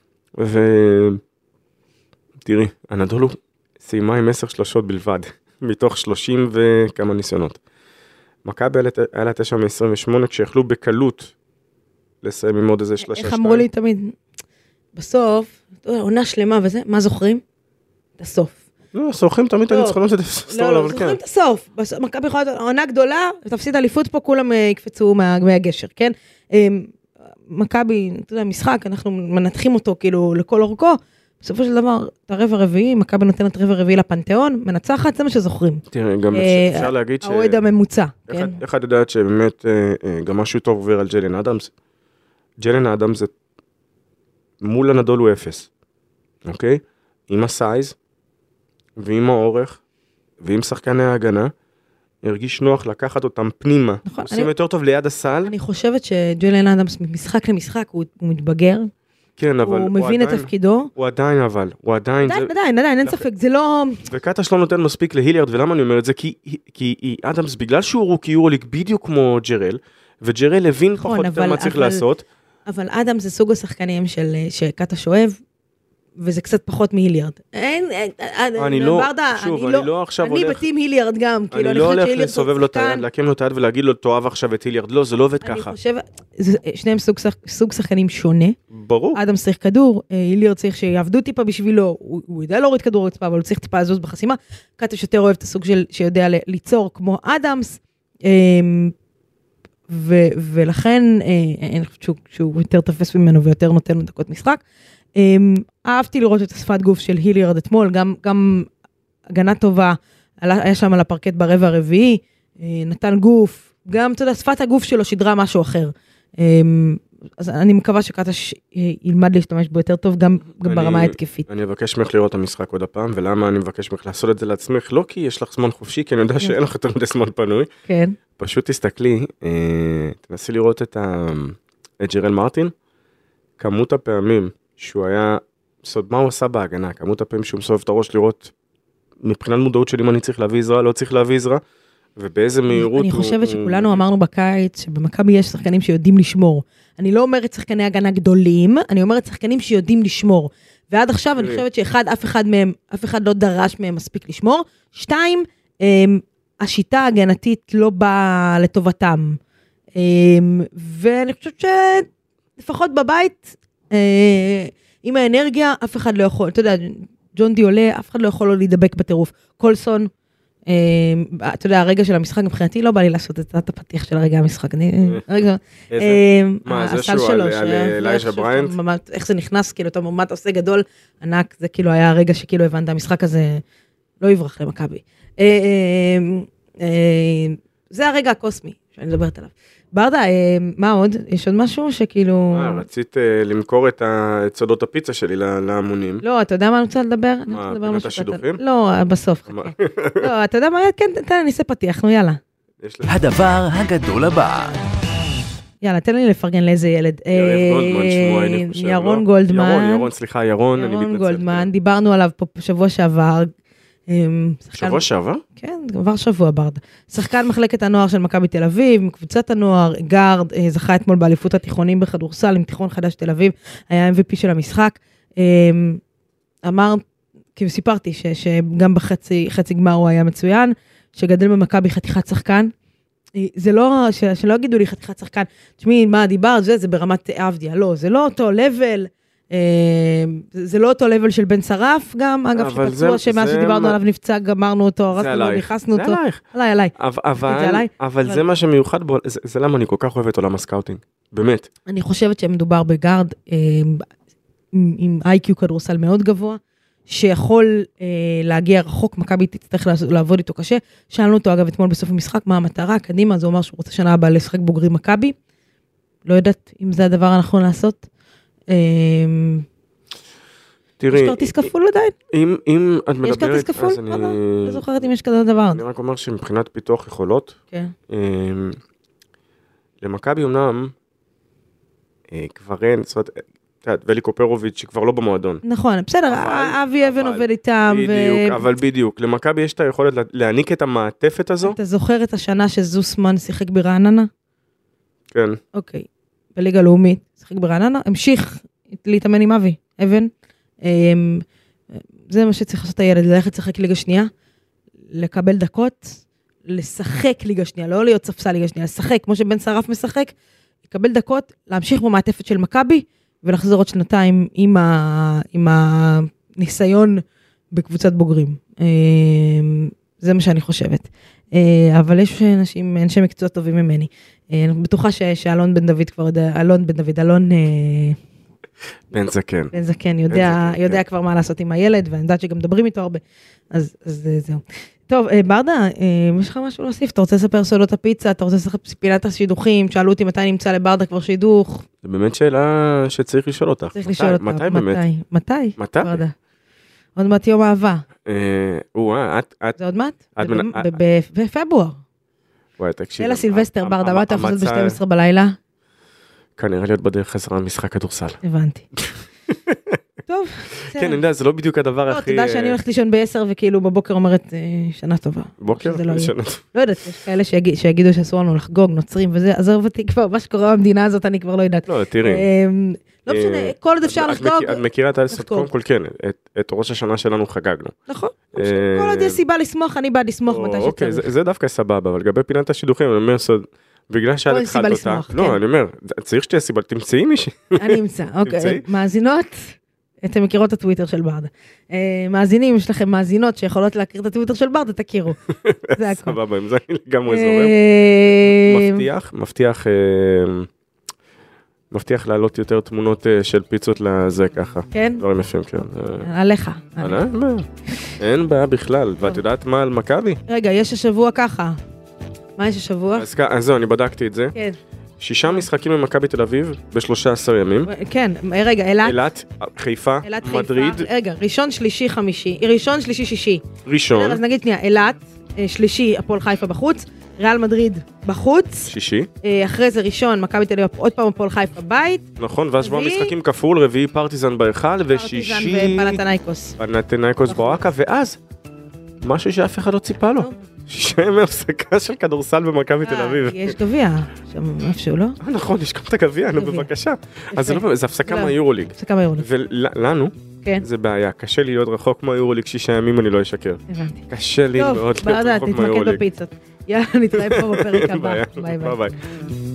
ותראי, הנדול הוא סיימה עם עשר שלושות בלבד, מתוך שלושים וכמה ניסיונות. מכבי היה לה תשע מ-עשרים ושמונה, כשיכלו בקלות לסיים עם עוד איזה שלושה שתיים. איך אמרו לי תמיד? בסוף, עונה שלמה וזה, מה זוכרים? את הסוף. לא, זוכרים תמיד את הניצחונות של הסוף. לא, לא, זוכרים את הסוף. מכבי יכולה להיות עונה גדולה, תפסיד אליפות פה, כולם יקפצו מהגשר, כן? מכבי, אתה יודע, משחק, אנחנו מנתחים אותו כאילו לכל אורכו, בסופו של דבר, את הרבע הרביעי, מכבי נותנת רבע רביעי לפנתיאון, מנצחת, זה מה שזוכרים. תראה, גם אפשר להגיד ש... האוהד הממוצע, כן? איך את יודעת שבאמת גם משהו טוב עובר על ג'לן אדמס? ג'לן אדמס זה מול הנדול הוא אפס, אוקיי? עם הסייז, ועם האורך, ועם שחקני ההגנה, הרגיש נוח לקחת אותם פנימה. נכון. עושים יותר טוב ליד הסל. אני חושבת שג'וליאן אדמס ממשחק למשחק, הוא מתבגר. כן, אבל הוא מבין את תפקידו. הוא עדיין אבל, הוא עדיין... עדיין, עדיין, עדיין, אין ספק, זה לא... וקטש לא נותן מספיק להיליארד, ולמה אני אומר את זה? כי אדמס, בגלל שהוא רוקי יורוליג בדיוק כמו ג'רל, וג'רל הבין פחות או יותר מה צריך לעשות. אבל אדמס זה סוג השחקנים שקטש אוהב, וזה קצת פחות מהיליארד. אין, אני לא, שוב, אני לא עכשיו הולך... אני בתים היליארד גם, אני לא הולך לסובב לו את היד, להקים לו את היד ולהגיד לו, תאהב עכשיו את היליארד. לא, זה לא עובד ככה. אני חושבת, שניהם סוג שחקנים שונה. ברור. אדם צריך כדור, היליארד צריך שיעבדו טיפה בשבילו, הוא יודע להוריד כדור רצפה, אבל הוא צריך טיפה לזוז בחסימה. קטש יותר אוהב את הסוג שיודע ליצור כמו אדמס, ולכן אני חושבת שהוא יותר תפס ממנו ויותר נותן לו דקות משחק. אהבתי לראות את השפת גוף של היליארד אתמול, גם, גם הגנה טובה, היה שם על הפרקט ברבע הרביעי, נתן גוף, גם, אתה יודע, שפת הגוף שלו שידרה משהו אחר. אז אני מקווה שקטש ילמד להשתמש בו יותר טוב, גם, גם ברמה ההתקפית. אני אבקש ממך לראות את המשחק עוד הפעם, ולמה אני מבקש ממך לעשות את זה לעצמך? לא כי יש לך זמן חופשי, כי אני יודע שאין לך יותר מדי זמן פנוי. כן. פשוט תסתכלי, תנסי לראות את ג'רל מרטין, כמות הפעמים שהוא היה, מה הוא עשה בהגנה, כמות הפעמים שהוא מסובב את הראש לראות, מבחינת מודעות של אם אני צריך להביא עזרה, לא צריך להביא עזרה, ובאיזה מהירות... אני חושבת שכולנו אמרנו בקיץ, שבמכבי יש שחקנים שיודעים לשמור. אני לא אומרת שחקני הגנה גדולים, אני אומרת שחקנים שיודעים לשמור. ועד עכשיו אני חושבת שאחד, אף אחד מהם, אף אחד לא דרש מהם מספיק לשמור. שתיים, השיטה ההגנתית לא באה לטובתם. ואני חושבת שלפחות בבית... עם האנרגיה, אף אחד לא יכול, אתה יודע, ג'ון די עולה, אף אחד לא יכול לא להידבק בטירוף. קולסון, אתה יודע, הרגע של המשחק, מבחינתי לא בא לי לעשות את הפתיח של הרגע המשחק. רגע, הסל שלו, איך זה נכנס, כאילו, אתה ממש עושה גדול, ענק, זה כאילו היה הרגע שכאילו הבנת, המשחק הזה לא יברח למכבי. זה הרגע הקוסמי, שאני מדברת עליו. ברדה, מה עוד? יש עוד משהו שכאילו... רצית למכור את סודות הפיצה שלי להמונים. לא, אתה יודע מה אני רוצה לדבר? מה, פינת השידוכים? לא, בסוף. לא, אתה יודע מה? כן, תן, אני אעשה פתיח, נו, יאללה. הדבר הגדול הבא. יאללה, תן לי לפרגן לאיזה ילד. ירון גולדמן. ירון, ירון, סליחה, ירון. ירון גולדמן, דיברנו עליו פה שבוע שעבר. שבוע שעבר? כן, כבר שבוע ברדה. שחקן מחלקת הנוער של מכבי תל אביב, קבוצת הנוער, גארד, זכה אתמול באליפות התיכונים בכדורסל, עם תיכון חדש תל אביב, היה אם וי פי של המשחק. אמר, כאילו סיפרתי, שגם בחצי גמר הוא היה מצוין, שגדל במכבי חתיכת שחקן. זה לא, שלא יגידו לי חתיכת שחקן, תשמעי, מה דיברת, זה, זה ברמת אבדיה, לא, זה לא אותו לבל, זה לא אותו לבל של בן שרף גם, אגב, שפצוע שמה שדיברנו עליו נפצע, גמרנו אותו, הרסנו לו, נכנסנו אותו. זה עלייך. עליי, עליי. אבל זה מה שמיוחד בו, זה למה אני כל כך אוהב את עולם הסקאוטינג, באמת. אני חושבת שמדובר בגארד עם איי קיו כדורסל מאוד גבוה, שיכול להגיע רחוק, מכבי תצטרך לעבוד איתו קשה. שאלנו אותו אגב אתמול בסוף המשחק, מה המטרה, קדימה, זה אומר שהוא רוצה שנה הבאה לשחק בוגרים מכבי. לא יודעת אם זה הדבר הנכון לעשות. תראי, יש כרטיס כפול עדיין? אם, אם את מדברת, יש כרטיס כפול? אז אני... לא זוכרת אם יש כזה דבר. אני רק אומר שמבחינת פיתוח יכולות, כן. למכבי אומנם, כבר אין, זאת אומרת, את יודעת, ולי קופרוביץ' שכבר לא במועדון. נכון, בסדר, אבי אבן עובד איתם. בדיוק, אבל בדיוק, למכבי יש את היכולת להעניק את המעטפת הזו. אתה זוכר את השנה שזוסמן שיחק ברעננה? כן. אוקיי. בליגה לאומית, שיחק ברעננה, המשיך להתאמן עם אבי, אבן. זה מה שצריך לעשות הילד, ללכת לשחק ליגה שנייה, לקבל דקות, לשחק ליגה שנייה, לא להיות ספסל ליגה שנייה, לשחק, כמו שבן שרף משחק, לקבל דקות, להמשיך במעטפת של מכבי, ולחזור עוד שנתיים עם, ה... עם הניסיון בקבוצת בוגרים. זה מה שאני חושבת. אבל יש אנשים, אנשי מקצוע טובים ממני. אני בטוחה שאלון בן דוד כבר יודע, אלון בן דוד, אלון... בן זקן. בן זקן, יודע, יודע כבר מה לעשות עם הילד, ואני יודעת שגם מדברים איתו הרבה. אז, אז זהו. טוב, ברדה, יש לך משהו להוסיף? אתה רוצה לספר סודות הפיצה? אתה רוצה לספר פינת השידוכים? שאלו אותי מתי נמצא לברדה כבר שידוך? זה באמת שאלה שצריך לשאול אותך. צריך לשאול אותך. מתי באמת? מתי? מתי? ברדה. עוד מעט יום אהבה. אה, את... זה עוד מעט? בפברואר. וואי, תקשיב. לילה סילבסטר, ברדה, מה אתה יכול לעשות ב-שתים עשרה בלילה? כנראה להיות בדרך חזרה משחק כדורסל. הבנתי. טוב. כן, אני יודע, זה לא בדיוק הדבר הכי... אתה יודע שאני הולכת לישון ב-עשר וכאילו בבוקר אומרת שנה טובה. בוקר? שנה טובה. לא יודעת, יש כאלה שיגידו שאסור לנו לחגוג, נוצרים וזה, עזוב אותי כבר, מה שקורה במדינה הזאת אני כבר לא יודעת. לא, תראי. לא משנה, כל עוד אפשר לחגוג. את מכירה את הסרט, קודם כל כן, את ראש השנה שלנו חגגנו. נכון, כל עוד יש סיבה לשמוח, אני בעד לשמוח מתי שצריך. אוקיי, זה דווקא סבבה, אבל לגבי פינת השידוכים, אני אומר, בגלל שאת התחלת אותה, לא, אני אומר, צריך שתהיה סיבה, תמצאי מישהי. אני אמצא, אוקיי, מאזינות, אתם מכירות את הטוויטר של ברדה. מאזינים, יש לכם מאזינות שיכולות להכיר את הטוויטר של ברדה, תכירו. זה הכל. סבבה, אם זה לגמרי זורם. מבטיח, מבטיח, מבטיח להעלות יותר תמונות של פיצות לזה ככה. כן? דברים יפים, כן. עליך. אין בעיה בכלל, ואת יודעת מה על מכבי? רגע, יש השבוע ככה. מה יש השבוע? אז זהו, אני בדקתי את זה. כן. שישה משחקים ממכבי תל אביב בשלושה עשר ימים. כן, רגע, אילת. אילת, חיפה, מדריד. רגע, ראשון, שלישי, חמישי. ראשון, שלישי, שישי. ראשון. אז נגיד שנייה, אילת, שלישי, הפועל חיפה בחוץ, ריאל מדריד בחוץ. שישי. אחרי זה ראשון, מכבי תל אביב, עוד פעם הפועל חיפה בית. נכון, ואז שבוע משחקים כפול, רביעי פרטיזן בהיכל, ושישי... פרטיזן ופנתנייקוס. פנתנייקוס ברקה, ואז משהו שאף אחד לא ציפה לו. שישה ימי הפסקה של כדורסל במכבי תל אביב. יש גביע, שם איפשהו, לא? נכון, יש גם את הגביע, נו בבקשה. אז זה הפסקה מהיורוליג. הפסקה מהיורוליג. ולנו, זה בעיה, קשה לי להיות רחוק מהיורוליג, שישה ימים אני לא אשקר. הבנתי. קשה לי מאוד להיות רחוק מהיורוליג. טוב, ברדה, תתמקד בפיצות. יאללה, נתראה פה בפרק הבא. ביי ביי.